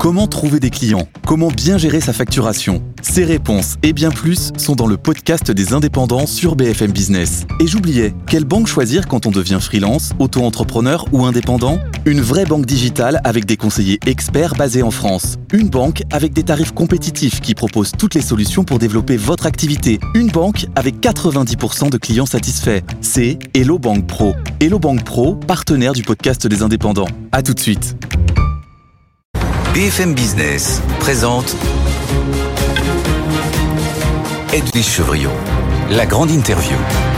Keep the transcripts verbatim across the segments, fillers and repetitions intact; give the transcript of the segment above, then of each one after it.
Comment trouver des clients ? Comment bien gérer sa facturation ? Ces réponses et bien plus sont dans le podcast des indépendants sur B F M Business. Et j'oubliais, quelle banque choisir quand on devient freelance, auto-entrepreneur ou indépendant ? Une vraie banque digitale avec des conseillers experts basés en France. Une banque avec des tarifs compétitifs qui propose toutes les solutions pour développer votre activité. Une banque avec quatre-vingt-dix pour cent de clients satisfaits. C'est Hello Bank Pro. Hello Bank Pro, partenaire du podcast des indépendants. À tout de suite. B F M Business présente Edwige Chevrillon, la grande interview.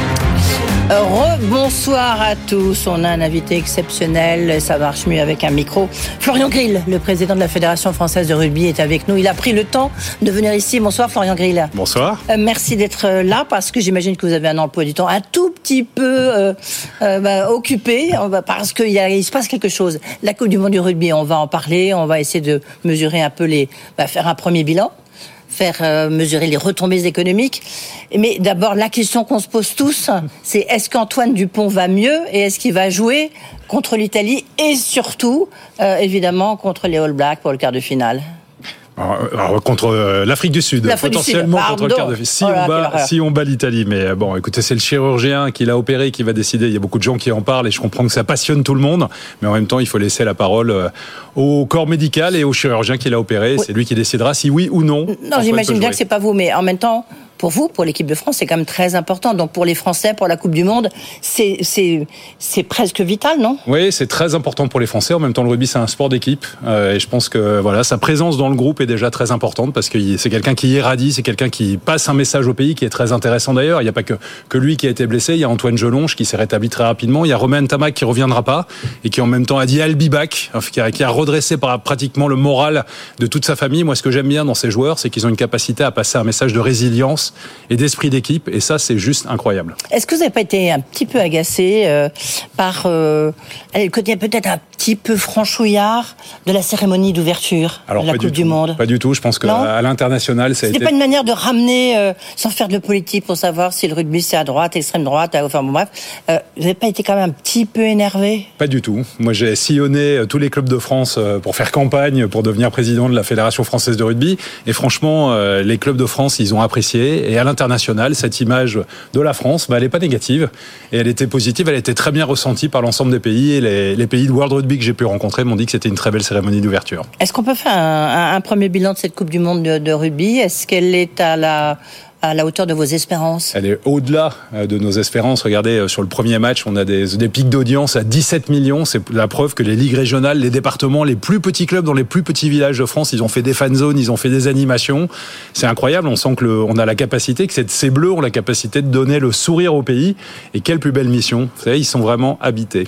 Rebonsoir à tous, on a un invité exceptionnel, ça marche mieux avec un micro. Florian Grill, le président de la Fédération Française de Rugby, est avec nous. Il a pris le temps de venir ici. Bonsoir Florian Grill. Bonsoir. Euh, merci d'être là parce que j'imagine que vous avez un emploi du temps un tout petit peu euh, euh, bah, occupé parce qu'il y a, il se passe quelque chose. La Coupe du Monde du rugby, on va en parler, on va essayer de mesurer un peu les... Bah, faire un premier bilan. faire euh, mesurer les retombées économiques. Mais d'abord, la question qu'on se pose tous, c'est est-ce qu'Antoine Dupont va mieux et est-ce qu'il va jouer contre l'Italie et surtout, euh, évidemment, contre les All Blacks pour le quart de finale ? Alors, alors, contre euh, l'Afrique du Sud, L'Afrique potentiellement du Sud. contre le quart de finale. Si, oh là, on bat, si on bat l'Italie. Mais bon, écoutez, c'est le chirurgien qui l'a opéré qui va décider. Il y a beaucoup de gens qui en parlent et je comprends que ça passionne tout le monde. Mais en même temps, il faut laisser la parole euh, au corps médical et au chirurgien qui l'a opéré. Oui. C'est lui qui décidera si oui ou non. Non, j'imagine bien que c'est pas vous, mais en même temps... Pour vous, pour l'équipe de France, c'est quand même très important. Donc pour les Français, pour la Coupe du Monde, c'est, c'est, c'est presque vital, non ? Oui, c'est très important pour les Français. En même temps, le rugby, c'est un sport d'équipe. Euh, et je pense que voilà, sa présence dans le groupe est déjà très importante parce que c'est quelqu'un qui irradie, c'est quelqu'un qui passe un message au pays qui est très intéressant d'ailleurs. Il n'y a pas que, que lui qui a été blessé. Il y a Antoine Jelonge qui s'est rétabli très rapidement. Il y a Romain Ntamak qui ne reviendra pas et qui en même temps a dit I'll be back, qui a, qui a redressé par pratiquement le moral de toute sa famille. Moi, ce que j'aime bien dans ces joueurs, c'est qu'ils ont une capacité à passer un message de résilience et d'esprit d'équipe, et ça c'est juste incroyable. Est-ce que vous n'avez pas été un petit peu agacé euh, par euh, le côté peut-être un petit peu franchouillard de la cérémonie d'ouverture Alors, de la Coupe du tout. Monde ? Pas du tout, je pense qu'à l'international ça a C'était été... pas une manière de ramener, euh, sans faire de politique pour savoir si le rugby c'est à droite, extrême droite, enfin bon bref, euh, vous n'avez pas été quand même un petit peu énervé ? Pas du tout. Moi j'ai sillonné tous les clubs de France pour faire campagne, pour devenir président de la Fédération Française de Rugby, et franchement euh, les clubs de France ils ont apprécié. Et à l'international, cette image de la France, bah, elle n'est pas négative. Et elle était positive, elle était très bien ressentie par l'ensemble des pays. Et les, les pays de World Rugby que j'ai pu rencontrer m'ont dit que c'était une très belle cérémonie d'ouverture. Est-ce qu'on peut faire un, un, un premier bilan de cette Coupe du Monde de, de rugby ? Est-ce qu'elle est à la... à la hauteur de vos espérances ? Elle est au-delà de nos espérances. Regardez, sur le premier match, on a des, des pics d'audience à dix-sept millions. C'est la preuve que les ligues régionales, les départements, les plus petits clubs dans les plus petits villages de France, ils ont fait des fan zones, ils ont fait des animations. C'est incroyable. On sent que le, on a la capacité, que ces Bleus ont la capacité de donner le sourire au pays. Et quelle plus belle mission. Vous savez, ils sont vraiment habités.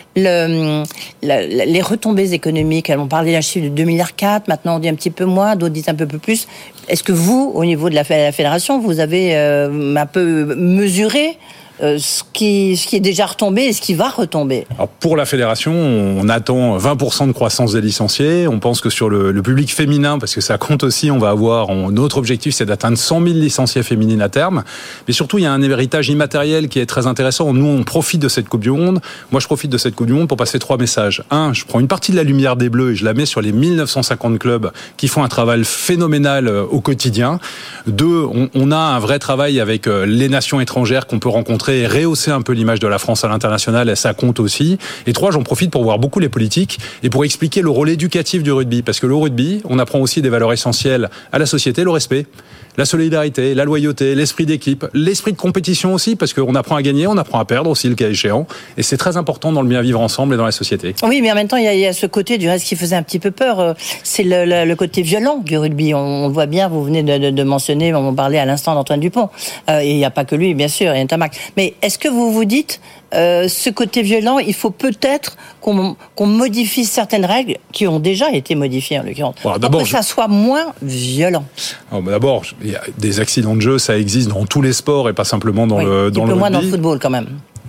Le, la, les retombées économiques, on parlait d'un chiffre de deux virgule quatre milliards, maintenant on dit un petit peu moins, d'autres disent un peu plus. Est-ce que vous, au niveau de la, la fédération, vous avez euh, un peu mesuré euh, ce, qui, ce qui est déjà retombé et ce qui va retomber ? Alors pour la fédération, on attend vingt pour cent de croissance des licenciés. On pense que sur le, le public féminin, parce que ça compte aussi, on va avoir, on, notre objectif c'est d'atteindre cent mille licenciés féminines à terme. Mais surtout, il y a un héritage immatériel qui est très intéressant. Nous, on profite de cette Coupe du Monde. Moi, je profite de cette Coupe du Monde pour passer trois messages. Un, je prends une partie de la lumière des Bleus et je la mets sur les mille neuf cent cinquante clubs qui font un travail phénoménal au quotidien. Deux, on, on a un vrai travail avec les nations étrangères qu'on peut rencontrer et rehausser un peu l'image de la France à l'international, et ça compte aussi. Et trois, j'en profite pour voir beaucoup les politiques et pour expliquer le rôle éducatif du rugby. Parce que le rugby, on apprend aussi des valeurs essentielles à la société, le respect, la solidarité, la loyauté, l'esprit d'équipe, l'esprit de compétition aussi, parce qu'on apprend à gagner, on apprend à perdre aussi, le cas échéant. Et c'est très important dans le bien vivre ensemble et dans la société. Oui, mais en même temps, il y a, il y a ce côté du reste qui faisait un petit peu peur. C'est le, le, le côté violent du rugby. On, on le voit bien, vous venez de, de, de mentionner, on parlait à l'instant d'Antoine Dupont. Euh, et il n'y a pas que lui, bien sûr, il y a Ntamak. Mais est-ce que vous vous dites, euh, ce côté violent, il faut peut-être qu'on, qu'on modifie certaines règles qui ont déjà été modifiées en l'occurrence, bon, pour que je... ça soit moins violent. Alors, d'abord, il y a des accidents de jeu, ça existe dans tous les sports et pas simplement dans oui, le dans un le peu moins rugby. dans le football quand même.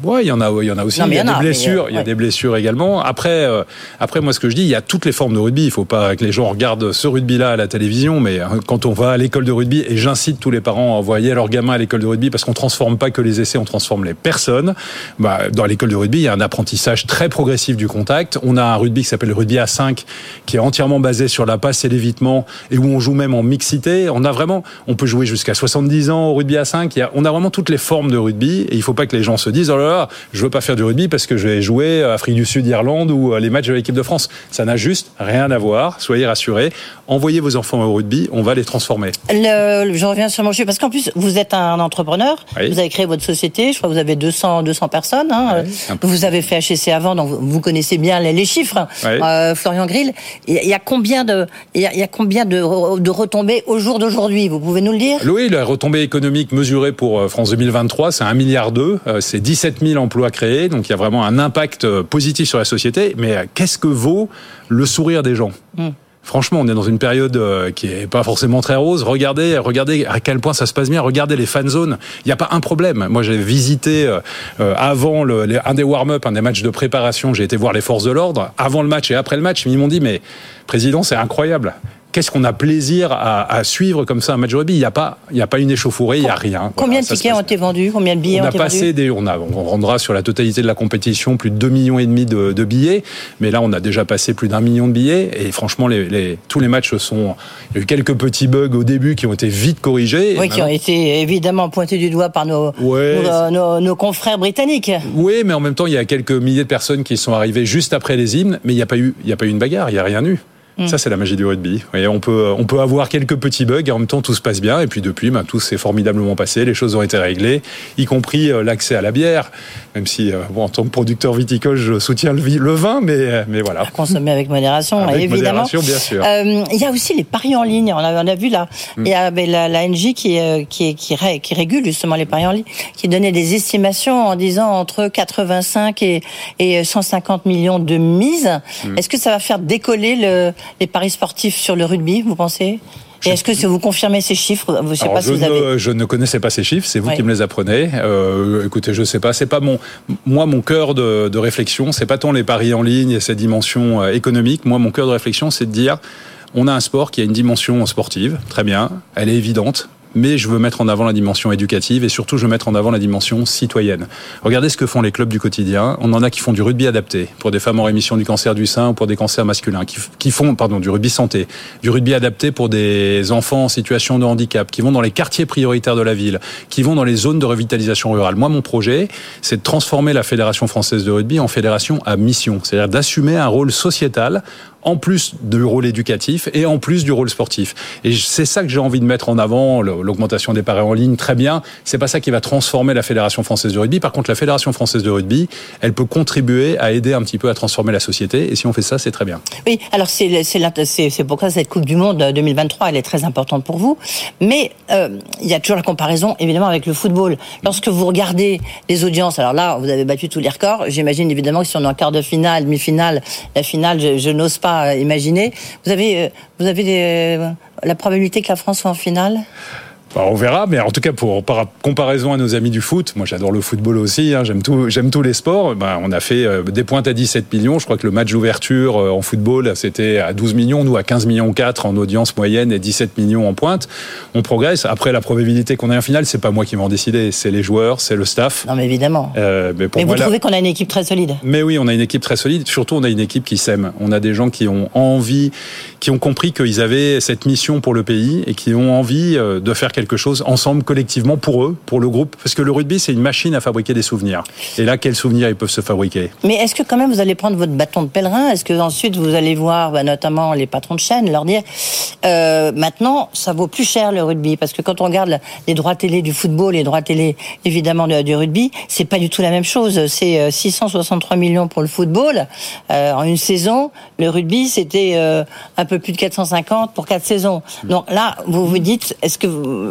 Ouais, il y en a, il y en a aussi. Non, il y a, y en des a, blessures, mais, il y a ouais. des blessures également. Après, euh, après, moi, ce que je dis, il y a toutes les formes de rugby. Il faut pas que les gens regardent ce rugby-là à la télévision, mais quand on va à l'école de rugby, et j'incite tous les parents à envoyer leurs gamins à l'école de rugby, parce qu'on transforme pas que les essais, on transforme les personnes. Bah, dans l'école de rugby, il y a un apprentissage très progressif du contact. On a un rugby qui s'appelle le rugby à cinq, qui est entièrement basé sur la passe et l'évitement, et où on joue même en mixité. On a vraiment, on peut jouer jusqu'à soixante-dix ans au rugby à cinq. Il y a, on a vraiment toutes les formes de rugby, et il faut pas que les gens se disent, oh là là, je veux pas faire du rugby parce que je vais jouer Afrique du Sud, Irlande ou les matchs de l'équipe de France. Ça n'a juste rien à voir. Soyez rassurés. Envoyez vos enfants au rugby, on va les transformer. Le, je reviens sur mon sujet parce qu'en plus vous êtes un entrepreneur, oui. Vous avez créé votre société, je crois que vous avez deux cents, deux cents personnes. Hein. Oui, vous avez fait H E C avant, donc vous connaissez bien les, les chiffres. Oui. Euh, Florian Grill, il y a combien de, il y a, il y a combien de, de retombées au jour d'aujourd'hui? Vous pouvez nous le dire? Oui, la retombée économique mesurée pour France deux mille vingt-trois, c'est un milliard deux. C'est dix-sept mille emplois créés, donc il y a vraiment un impact positif sur la société. Mais qu'est-ce que vaut le sourire des gens? mm. Franchement, on est dans une période qui est pas forcément très rose. Regardez, regardez à quel point ça se passe bien. Regardez les fan zones. Il n'y a pas un problème. Moi, j'ai visité euh, avant le, les, un des warm-up, un des matchs de préparation. J'ai été voir les forces de l'ordre avant le match et après le match. Ils m'ont dit, mais président, c'est incroyable. Qu'est-ce qu'on a plaisir à, à suivre comme ça un match de rugby? Il n'y a pas, il n'y a pas une échauffourée, il n'y a rien. Combien voilà, de tickets ont été vendus? Combien de billets on ont a été passé vendus des, on a, on rendra sur la totalité de la compétition plus de deux millions et demi de, de billets. Mais là, on a déjà passé plus d'un million de billets. Et franchement, les, les, tous les matchs sont, il y a eu quelques petits bugs au début qui ont été vite corrigés. Oui, qui ont été évidemment pointés du doigt par nos, ouais, nos, nos, nos confrères britanniques. Oui, mais en même temps, il y a quelques milliers de personnes qui sont arrivées juste après les hymnes. Mais il n'y a pas eu, il n'y a pas eu une bagarre, il n'y a rien eu. Mmh. Ça, c'est la magie du rugby. Vous voyez, on peut, on peut avoir quelques petits bugs et en même temps, tout se passe bien. Et puis depuis, ben, tout s'est formidablement passé. Les choses ont été réglées, y compris euh, l'accès à la bière. Même si, euh, bon, en tant que producteur viticole, je soutiens le, le vin, mais, mais voilà. À consommer avec modération, avec évidemment. Modération, bien sûr. Euh, il y a aussi les paris en ligne. On a, on a vu là, mmh. il y a ben, la, la N J qui, euh, qui, qui, ré, qui régule justement les paris en ligne, qui donnait des estimations en disant entre quatre-vingt-cinq et, et cent cinquante millions de mises. Mmh. Est-ce que ça va faire décoller le, les paris sportifs sur le rugby, vous pensez? Et est-ce que vous confirmez ces chiffres? Je sais Alors, pas je, si vous avez... ne, je ne connaissais pas ces chiffres, c'est vous oui. qui me les apprenez. Euh, écoutez, je sais pas, c'est pas mon, moi mon cœur de, de réflexion, c'est pas tant les paris en ligne et cette dimension euh, économique. Moi, mon cœur de réflexion, c'est de dire, on a un sport qui a une dimension sportive, très bien, elle est évidente. Mais je veux mettre en avant la dimension éducative et surtout je veux mettre en avant la dimension citoyenne. Regardez ce que font les clubs du quotidien. On en a qui font du rugby adapté pour des femmes en rémission du cancer du sein ou pour des cancers masculins, qui, qui font pardon du rugby santé, du rugby adapté pour des enfants en situation de handicap, qui vont dans les quartiers prioritaires de la ville, qui vont dans les zones de revitalisation rurale. Moi, mon projet, c'est de transformer la Fédération française de rugby en fédération à mission, c'est-à-dire d'assumer un rôle sociétal en plus du rôle éducatif et en plus du rôle sportif. Et c'est ça que j'ai envie de mettre en avant, l'augmentation des paris en ligne, très bien. C'est pas ça qui va transformer la Fédération française de rugby. Par contre, la Fédération française de rugby, elle peut contribuer à aider un petit peu à transformer la société. Et si on fait ça, c'est très bien. Oui, alors c'est, c'est, c'est, c'est pourquoi cette Coupe du Monde deux mille vingt-trois, elle est très importante pour vous. Mais euh, il y a toujours la comparaison, évidemment, avec le football. Lorsque vous regardez les audiences, alors là, vous avez battu tous les records. J'imagine évidemment que si on est en quart de finale, demi-finale, la finale, je, je n'ose pas imaginer. Vous avez, vous avez des, la probabilité que la France soit en finale? Alors on verra, mais en tout cas, pour, par comparaison à nos amis du foot, moi j'adore le football aussi, hein, j'aime, tout, j'aime tous les sports, ben, on a fait euh, des pointes à dix-sept millions, je crois que le match d'ouverture euh, en football, c'était à douze millions, nous à quinze millions quatre en audience moyenne et dix-sept millions en pointe. On progresse. Après, la probabilité qu'on ait en finale, c'est pas moi qui vais en décider, c'est les joueurs, c'est le staff. Non mais évidemment. Euh, mais pour mais moi, vous trouvez là... qu'on a une équipe très solide? Mais oui, on a une équipe très solide, surtout on a une équipe qui s'aime. On a des gens qui ont envie, qui ont compris qu'ils avaient cette mission pour le pays et qui ont envie de faire quelque chose ensemble, collectivement, pour eux, pour le groupe. Parce que le rugby, c'est une machine à fabriquer des souvenirs. Et là, quels souvenirs ils peuvent se fabriquer? Mais est-ce que quand même vous allez prendre votre bâton de pèlerin? Est-ce que ensuite vous allez voir, bah, notamment les patrons de chaîne, leur dire euh, maintenant, ça vaut plus cher le rugby? Parce que quand on regarde les droits télé du football, les droits télé évidemment du, du rugby, c'est pas du tout la même chose. C'est six cent soixante-trois millions pour le football euh, en une saison. Le rugby, c'était euh, un peu plus de quatre cent cinquante pour quatre saisons. Donc là, vous vous dites, est-ce que vous,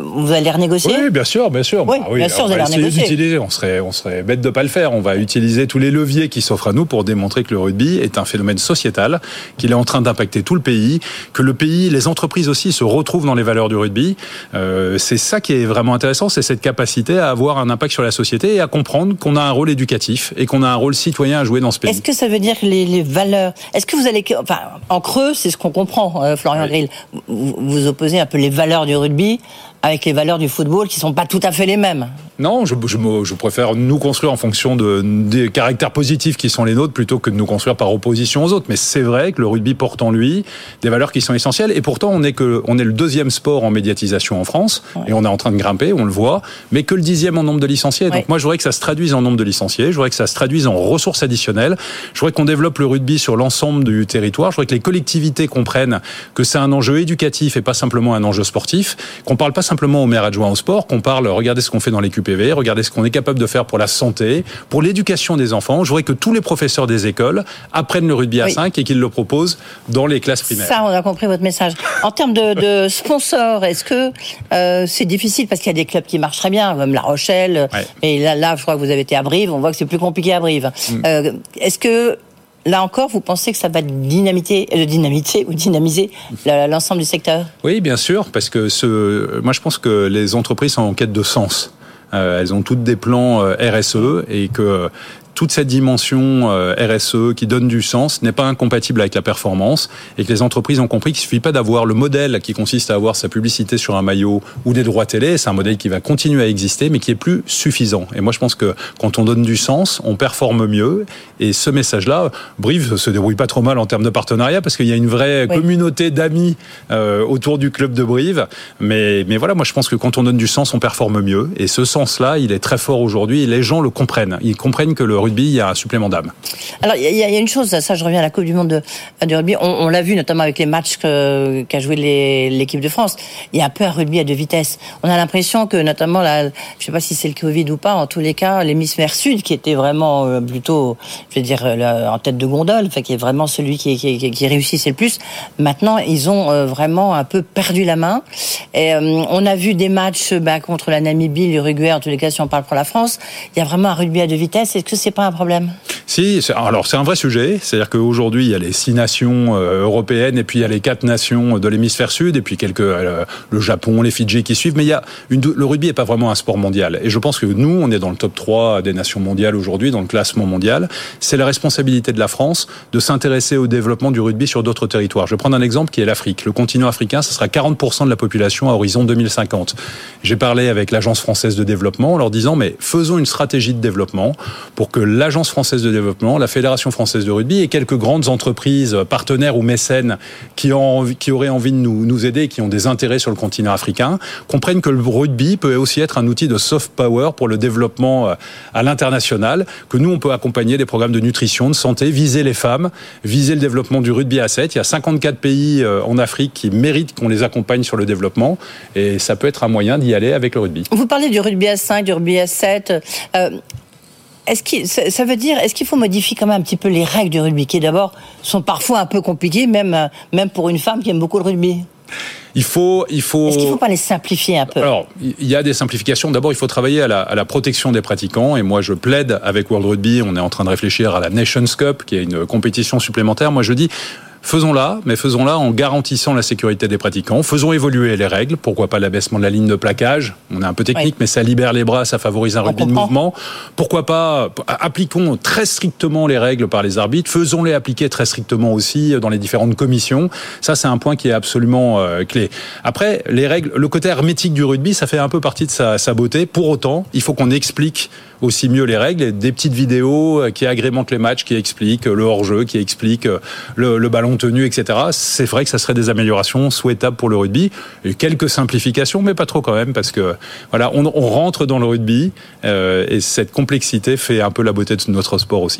vous allez renégocier ? Oui, bien sûr, bien sûr. Oui, bah, oui bien sûr, on vous allez va essayer renégocier. d'utiliser. On serait, on serait bête de pas le faire. On va utiliser tous les leviers qui s'offrent à nous pour démontrer que le rugby est un phénomène sociétal, qu'il est en train d'impacter tout le pays, que le pays, les entreprises aussi se retrouvent dans les valeurs du rugby. Euh, c'est ça qui est vraiment intéressant, c'est cette capacité à avoir un impact sur la société et à comprendre qu'on a un rôle éducatif et qu'on a un rôle citoyen à jouer dans ce pays. Est-ce que ça veut dire que les, les valeurs... Est-ce que vous allez... Enfin, en creux, c'est ce qu'on comprend, euh, Florian oui. Grill. Vous, vous opposez un peu les valeurs du rugby avec les valeurs du football qui ne sont pas tout à fait les mêmes. Non, je, je, je préfère nous construire en fonction de, des caractères positifs qui sont les nôtres plutôt que de nous construire par opposition aux autres. Mais c'est vrai que le rugby porte en lui des valeurs qui sont essentielles. Et pourtant, on est, que, on est le deuxième sport en médiatisation en France. Ouais. Et on est en train de grimper, on le voit. Mais que le dixième en nombre de licenciés. Ouais. Donc moi, je voudrais que ça se traduise en nombre de licenciés. Je voudrais que ça se traduise en ressources additionnelles. Je voudrais qu'on développe le rugby sur l'ensemble du territoire. Je voudrais que les collectivités comprennent que c'est un enjeu éducatif et pas simplement un enjeu sportif. Qu'on parle pas simplement aux maires adjoints au sport, qu'on parle, regardez ce qu'on fait dans les Q P V, regardez ce qu'on est capable de faire pour la santé, pour l'éducation des enfants. Je voudrais que tous les professeurs des écoles apprennent le rugby à oui. cinq et qu'ils le proposent dans les classes primaires. Ça, on a compris votre message. En termes de, de sponsors, est-ce que euh, c'est difficile parce qu'il y a des clubs qui marchent très bien, comme La Rochelle, ouais. et là, là, je crois que vous avez été à Brive, on voit que c'est plus compliqué à Brive. Mm. Euh, est-ce que là encore, vous pensez que ça va dynamiter, euh, dynamiter ou dynamiser l'ensemble du secteur ? Oui, bien sûr, parce que ce, moi je pense que les entreprises sont en quête de sens. Euh, elles ont toutes des plans euh, R S E et que toute cette dimension euh, R S E qui donne du sens n'est pas incompatible avec la performance et que les entreprises ont compris qu'il ne suffit pas d'avoir le modèle qui consiste à avoir sa publicité sur un maillot ou des droits télé, c'est un modèle qui va continuer à exister mais qui est plus suffisant. Et moi je pense que quand on donne du sens, on performe mieux et ce message-là, Brive se débrouille pas trop mal en termes de partenariat parce qu'il y a une vraie oui. communauté d'amis euh, autour du club de Brive, mais, mais voilà, moi je pense que quand on donne du sens, on performe mieux et ce sens-là, il est très fort aujourd'hui et les gens le comprennent. Ils comprennent que le rugby, il y a un supplément d'âme. Alors, il y, y a une chose, ça je reviens à la Coupe du Monde de, de rugby, on, on l'a vu notamment avec les matchs que, qu'a joué les, l'équipe de France, il y a un peu un rugby à deux vitesses. On a l'impression que notamment, la, je ne sais pas si c'est le Covid ou pas, en tous les cas, l'hémisphère sud, qui était vraiment euh, plutôt, je veux dire, la, en tête de gondole, enfin, qui est vraiment celui qui, qui, qui, qui réussissait le plus, maintenant, ils ont euh, vraiment un peu perdu la main. Et, euh, on a vu des matchs bah, contre la Namibie, l'Uruguay, en tous les cas, si on parle pour la France, il y a vraiment un rugby à deux vitesses. Est-ce que c'est pas un problème ? Si, c'est, alors c'est un vrai sujet. C'est-à-dire qu'aujourd'hui, il y a les six nations euh, européennes et puis il y a les quatre nations de l'hémisphère sud et puis quelques euh, le Japon, les Fidji qui suivent. Mais il y a une, le rugby est pas vraiment un sport mondial. Et je pense que nous, on est dans le top trois des nations mondiales aujourd'hui, dans le classement mondial. C'est la responsabilité de la France de s'intéresser au développement du rugby sur d'autres territoires. Je vais prendre un exemple qui est l'Afrique. Le continent africain, ce sera quarante pour cent de la population à horizon deux mille cinquante. J'ai parlé avec l'Agence française de développement en leur disant, mais faisons une stratégie de développement pour que l'Agence française de développement, la Fédération française de rugby et quelques grandes entreprises partenaires ou mécènes qui, ont, qui auraient envie de nous, nous aider et qui ont des intérêts sur le continent africain comprennent que le rugby peut aussi être un outil de soft power pour le développement à l'international, que nous on peut accompagner des programmes de nutrition, de santé, viser les femmes, viser le développement du rugby à sept. Il y a cinquante-quatre pays en Afrique qui méritent qu'on les accompagne sur le développement et ça peut être un moyen d'y aller avec le rugby. Vous parlez du rugby à cinq, du rugby à sept. Euh... Est-ce qu'il, ça veut dire, est-ce qu'il faut modifier quand même un petit peu les règles du rugby, qui d'abord sont parfois un peu compliquées, même, même pour une femme qui aime beaucoup le rugby ? Il faut, il faut. Est-ce qu'il ne faut pas les simplifier un peu ? Alors, il y a des simplifications. D'abord, il faut travailler à la, à la protection des pratiquants. Et moi, je plaide avec World Rugby. On est en train de réfléchir à la Nations Cup, qui est une compétition supplémentaire. Moi, je dis. Faisons-la, mais faisons-la en garantissant la sécurité des pratiquants. Faisons évoluer les règles. Pourquoi pas l'abaissement de la ligne de plaquage ? On est un peu technique, oui. mais ça libère les bras, ça favorise un rugby de mouvement. Pourquoi pas appliquons très strictement les règles par les arbitres. Faisons-les appliquer très strictement aussi dans les différentes commissions. Ça, c'est un point qui est absolument euh, clé. Après, les règles, le côté hermétique du rugby, ça fait un peu partie de sa, sa beauté. Pour autant, il faut qu'on explique aussi mieux les règles, des petites vidéos qui agrémentent les matchs, qui expliquent le hors-jeu, qui expliquent le, le ballon tenu, et cetera. C'est vrai que ça serait des améliorations souhaitables pour le rugby. Et quelques simplifications, mais pas trop quand même, parce que voilà, on, on rentre dans le rugby euh, et cette complexité fait un peu la beauté de notre sport aussi.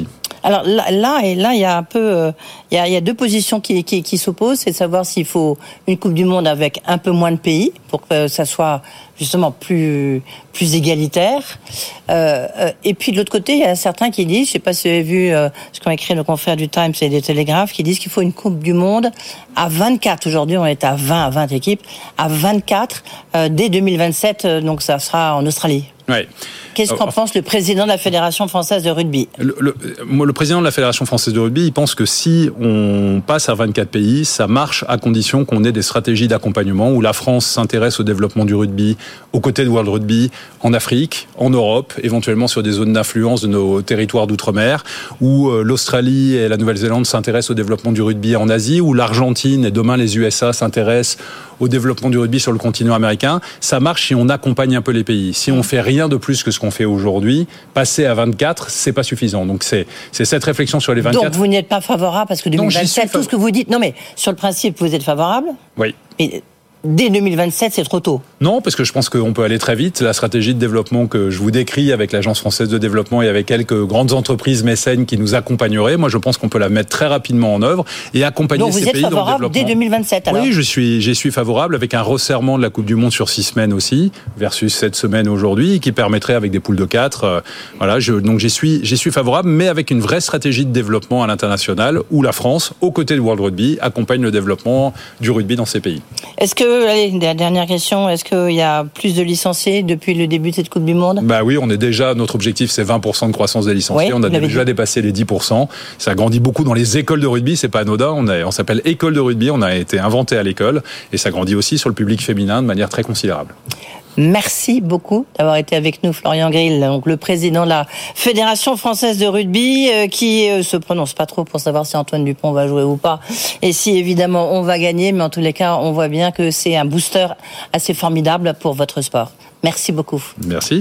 Alors là, là et là, il y a un peu, euh, il y a, il y a deux positions qui, qui, qui s'opposent, c'est de savoir s'il faut une Coupe du Monde avec un peu moins de pays pour que ça soit justement plus plus égalitaire. Euh, euh, et puis de l'autre côté, il y a certains qui disent, je sais pas si vous avez vu euh, ce qu'ont écrit nos confrères du Times et des Télégraphes, qui disent qu'il faut une Coupe du Monde à vingt-quatre. Aujourd'hui, on est à vingt, à vingt équipes, à vingt-quatre euh, dès deux mille vingt-sept. Euh, donc ça sera en Australie. Ouais. Qu'est-ce qu'en pense le président de la Fédération française de rugby ? le, le, le président de la Fédération française de rugby, il pense que si on passe à vingt-quatre pays, ça marche à condition qu'on ait des stratégies d'accompagnement où la France s'intéresse au développement du rugby aux côtés de World Rugby en Afrique, en Europe, éventuellement sur des zones d'influence de nos territoires d'outre-mer, où l'Australie et la Nouvelle-Zélande s'intéressent au développement du rugby en Asie, où l'Argentine et demain les U S A s'intéressent au développement du rugby sur le continent américain. Ça marche si on accompagne un peu les pays. Si on fait rien de plus que ce qu'on fait aujourd'hui, passer à vingt-quatre, c'est pas suffisant. Donc c'est c'est cette réflexion sur les vingt-quatre. Donc vous n'êtes pas favorable parce que deux mille vingt-sept, non, tout ce que vous dites. Non mais sur le principe, vous êtes favorable ? Oui. Et dès deux mille vingt-sept, c'est trop tôt. Non, parce que je pense qu'on peut aller très vite. La stratégie de développement que je vous décris avec l'Agence française de développement et avec quelques grandes entreprises mécènes qui nous accompagneraient, moi je pense qu'on peut la mettre très rapidement en œuvre et accompagner Donc ces pays dans le développement. Donc vous êtes favorable dès deux mille vingt-sept alors ? Oui, je suis, j'y suis favorable avec un resserrement de la Coupe du Monde sur six semaines aussi, versus sept semaines aujourd'hui, qui permettrait avec des poules de quatre. Euh, voilà, je, donc j'y suis, j'y suis favorable, mais avec une vraie stratégie de développement à l'international où la France, aux côtés de World Rugby, accompagne le développement du rugby dans ces pays. Est-ce que, allez, dernière question, est-ce qu'il y a plus de licenciés depuis le début de cette Coupe du Monde ? Bah oui, on est déjà, notre objectif c'est vingt pour cent de croissance des licenciés, oui, on a déjà dit. dépassé les dix pour cent. Ça grandit beaucoup dans les écoles de rugby, c'est pas anodin, on, a, on s'appelle école de rugby, on a été inventé à l'école et ça grandit aussi sur le public féminin de manière très considérable. Merci beaucoup d'avoir été avec nous, Florian Grill, donc le président de la Fédération française de rugby, euh, qui euh, se prononce pas trop pour savoir si Antoine Dupont va jouer ou pas, et si évidemment on va gagner, mais en tous les cas, on voit bien que c'est un booster assez formidable pour votre sport. Merci beaucoup. Merci.